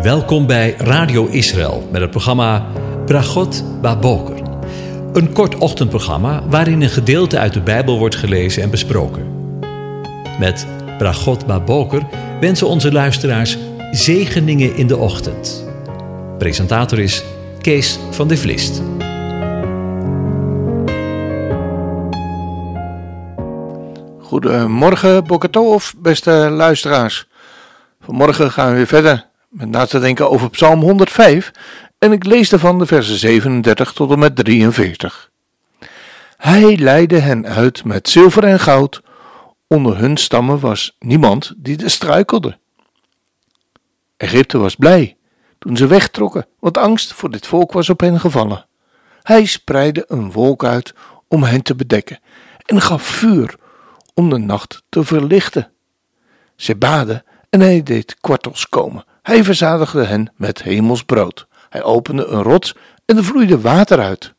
Welkom bij Radio Israël met het programma Brachot Baboker. Een kort ochtendprogramma waarin een gedeelte uit de Bijbel wordt gelezen en besproken. Met Brachot Baboker wensen onze luisteraars zegeningen in de ochtend. Presentator is Kees van de Vlist. Goedemorgen, Boker Tov, beste luisteraars. Vanmorgen gaan we weer verder met na te denken over Psalm 105 en ik lees daarvan de versen 37 tot en met 43. Hij leidde hen uit met zilver en goud, onder hun stammen was niemand die er struikelde. Egypte was blij toen ze wegtrokken, want angst voor dit volk was op hen gevallen. Hij spreidde een wolk uit om hen te bedekken en gaf vuur om de nacht te verlichten. Ze baden en hij deed kwartels komen. Hij verzadigde hen met hemels brood. Hij opende een rots en er vloeide water uit,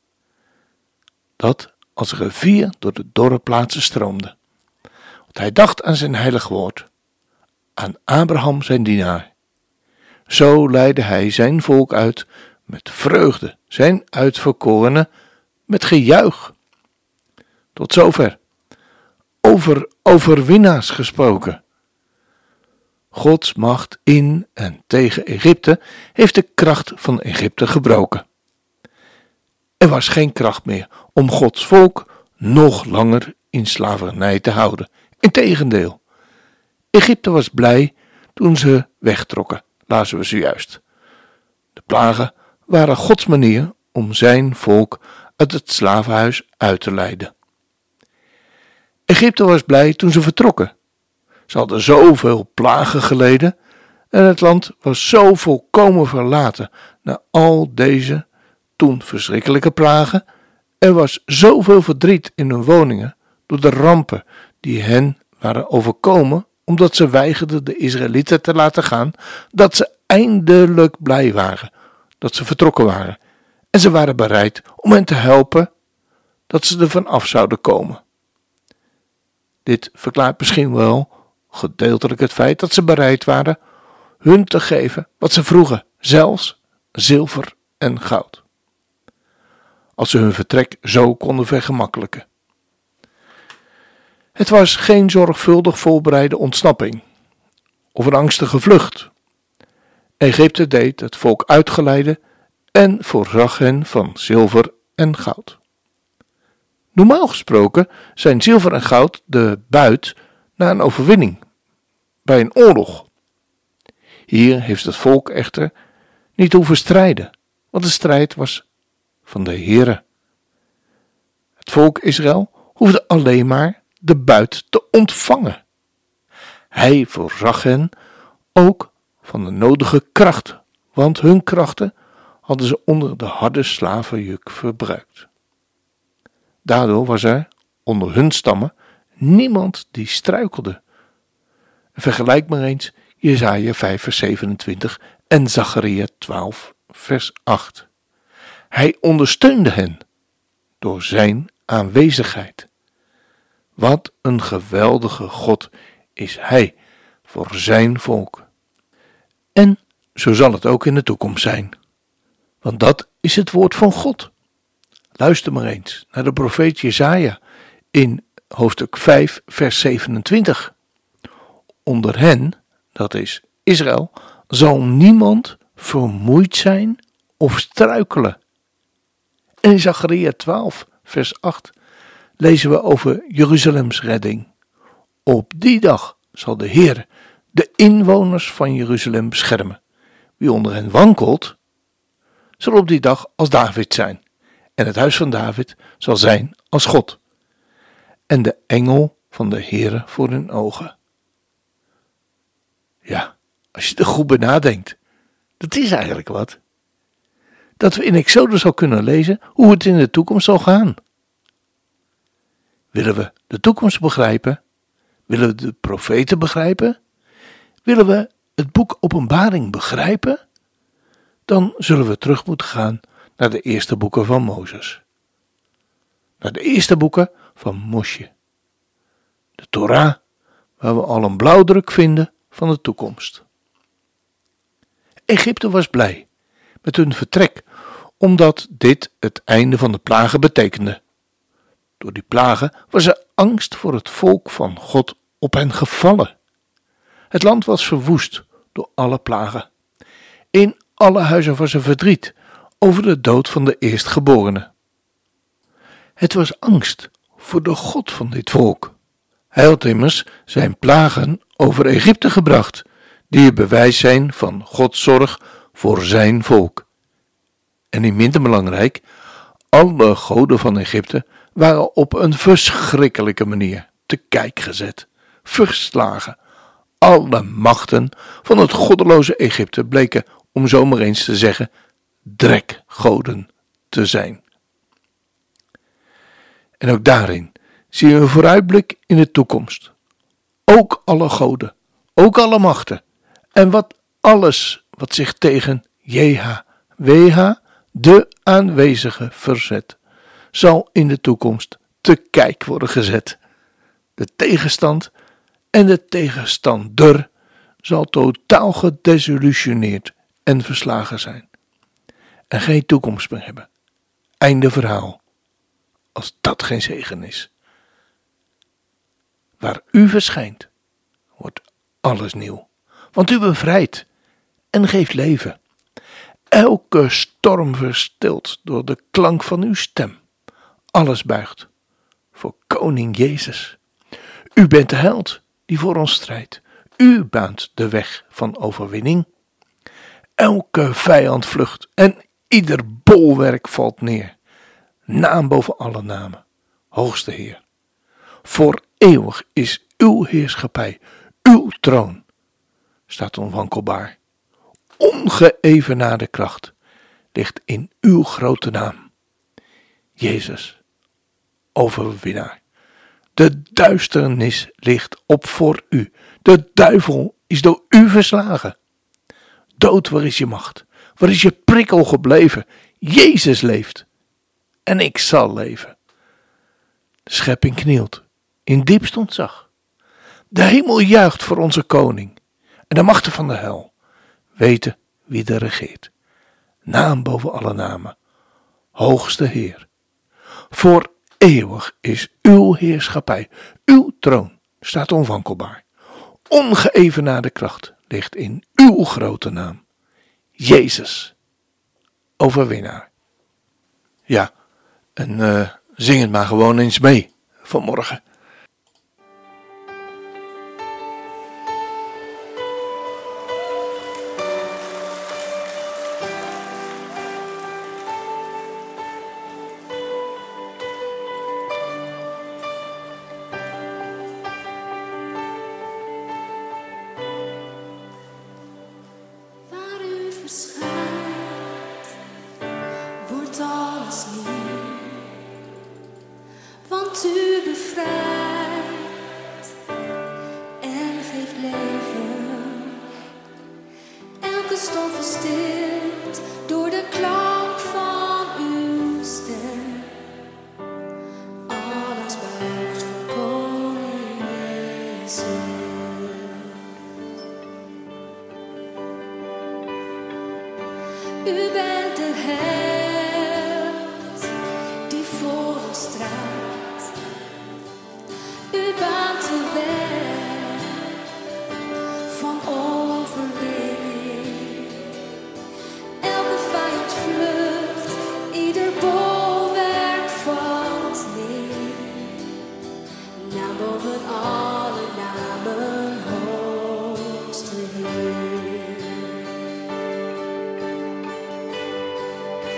dat als een rivier door de dorre plaatsen stroomde. Want hij dacht aan zijn heilig woord, aan Abraham zijn dienaar. Zo leidde hij zijn volk uit met vreugde, zijn uitverkorenen met gejuich. Tot zover. Over overwinnaars gesproken. Gods macht in en tegen Egypte heeft de kracht van Egypte gebroken. Er was geen kracht meer om Gods volk nog langer in slavernij te houden. Integendeel, Egypte was blij toen ze wegtrokken, lazen we zojuist. De plagen waren Gods manier om zijn volk uit het slavenhuis uit te leiden. Egypte was blij toen ze vertrokken. Ze hadden zoveel plagen geleden en het land was zo volkomen verlaten na al deze toen verschrikkelijke plagen. Er was zoveel verdriet in hun woningen door de rampen die hen waren overkomen omdat ze weigerden de Israëlieten te laten gaan, dat ze eindelijk blij waren dat ze vertrokken waren en ze waren bereid om hen te helpen dat ze er vanaf zouden komen. Dit verklaart misschien wel gedeeltelijk het feit dat ze bereid waren hun te geven wat ze vroegen, zelfs zilver en goud, als ze hun vertrek zo konden vergemakkelijken. Het was geen zorgvuldig voorbereide ontsnapping of een angstige vlucht. Egypte deed het volk uitgeleide en voorzag hen van zilver en goud. Normaal gesproken zijn zilver en goud de buit na een overwinning, bij een oorlog. Hier heeft het volk echter niet hoeven strijden, want de strijd was van de Heere. Het volk Israël hoefde alleen maar de buit te ontvangen. Hij voorzag hen ook van de nodige kracht, want hun krachten hadden ze onder de harde slavenjuk verbruikt. Daardoor was er onder hun stammen niemand die struikelde. Vergelijk maar eens Jesaja 5 vers 27 en Zacharia 12 vers 8. Hij ondersteunde hen door zijn aanwezigheid. Wat een geweldige God is hij voor zijn volk. En zo zal het ook in de toekomst zijn. Want dat is het woord van God. Luister maar eens naar de profeet Jesaja in hoofdstuk 5 vers 27. Onder hen, dat is Israël, zal niemand vermoeid zijn of struikelen. En in Zacharia 12 vers 8 lezen we over Jeruzalems redding. Op die dag zal de Heer de inwoners van Jeruzalem beschermen. Wie onder hen wankelt, zal op die dag als David zijn. En het huis van David zal zijn als God. En de engel van de Heere voor hun ogen. Ja, als je er goed bij nadenkt, dat is eigenlijk wat. Dat we in Exodus al kunnen lezen hoe het in de toekomst zal gaan. Willen we de toekomst begrijpen? Willen we de profeten begrijpen? Willen we het boek Openbaring begrijpen? Dan zullen we terug moeten gaan naar de eerste boeken van Mozes. Naar de eerste boeken van Mosje. De Torah, waar we al een blauwdruk vinden van de toekomst. Egypte was blij met hun vertrek, omdat dit het einde van de plagen betekende. Door die plagen was er angst voor het volk van God op hen gevallen. Het land was verwoest door alle plagen. In alle huizen was er verdriet over de dood van de eerstgeborene. Het was angst voor de God van dit volk. Hij had immers zijn plagen over Egypte gebracht, die het bewijs zijn van Gods zorg voor zijn volk. En niet minder belangrijk, alle goden van Egypte waren op een verschrikkelijke manier te kijk gezet, verslagen. Alle machten van het goddeloze Egypte bleken, om zo maar eens te zeggen, drekgoden te zijn. En ook daarin zien we een vooruitblik in de toekomst. Ook alle goden, ook alle machten en alles wat zich tegen JHWH, de aanwezige, verzet, zal in de toekomst te kijk worden gezet. De tegenstand en de tegenstander zal totaal gedesillusioneerd en verslagen zijn en geen toekomst meer hebben. Einde verhaal. Als dat geen zegen is. Waar u verschijnt, wordt alles nieuw. Want u bevrijdt en geeft leven. Elke storm verstilt door de klank van uw stem. Alles buigt voor koning Jezus. U bent de held die voor ons strijdt. U baant de weg van overwinning. Elke vijand vlucht en ieder bolwerk valt neer. Naam boven alle namen, hoogste Heer. Voor eeuwig is uw heerschappij, uw troon, staat onwankelbaar. Ongeëvenaarde kracht ligt in uw grote naam. Jezus, overwinnaar. De duisternis ligt op voor u. De duivel is door u verslagen. Dood, waar is je macht? Waar is je prikkel gebleven? Jezus leeft. En ik zal leven. De schepping knielt in diepst ontzag. De hemel juicht voor onze koning. En de machten van de hel weten wie er regeert. Naam boven alle namen. Hoogste Heer. Voor eeuwig is uw heerschappij. Uw troon staat onwankelbaar. Ongeëvenaarde kracht ligt in uw grote naam. Jezus, overwinnaar. Ja, en zing het maar gewoon eens mee vanmorgen. Wordt alles nieuw, want u bevrijdt en geeft leven. Elke storm verstilt door de klank van uw stem. Alles buigt voor koning Jezus. U bent de held die voor ons strijdt. U baant de weg van overwinning. Elke vijand vlucht, ieder bolwerk valt neer. Naam boven alle namen, hoogste Heer.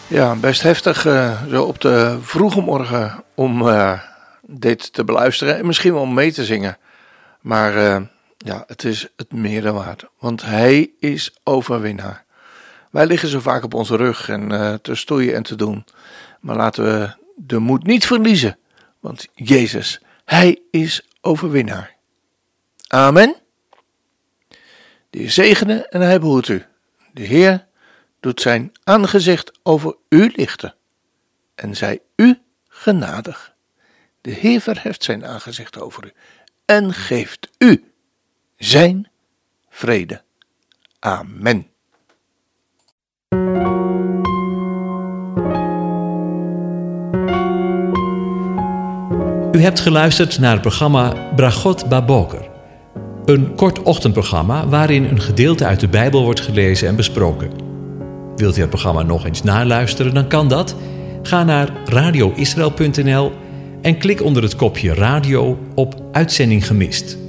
Ja, best heftig zo op de vroege morgen om dit te beluisteren en misschien wel mee te zingen. Maar ja, het is het meer dan waard, want Hij is overwinnaar. Wij liggen zo vaak op onze rug en te stoeien en te doen. Maar laten we de moed niet verliezen, want Jezus, Hij is overwinnaar. Amen. De Heer zegene en Hij behoedt u. De Heer doet zijn aangezicht over u lichten en zij u genadig. De Heer verheft zijn aangezicht over u en geeft u zijn vrede. Amen. U hebt geluisterd naar het programma Bragot Baboker. Een kort ochtendprogramma waarin een gedeelte uit de Bijbel wordt gelezen en besproken. Wilt u het programma nog eens naluisteren, dan kan dat. Ga naar radioisrael.nl en klik onder het kopje radio op Uitzending gemist.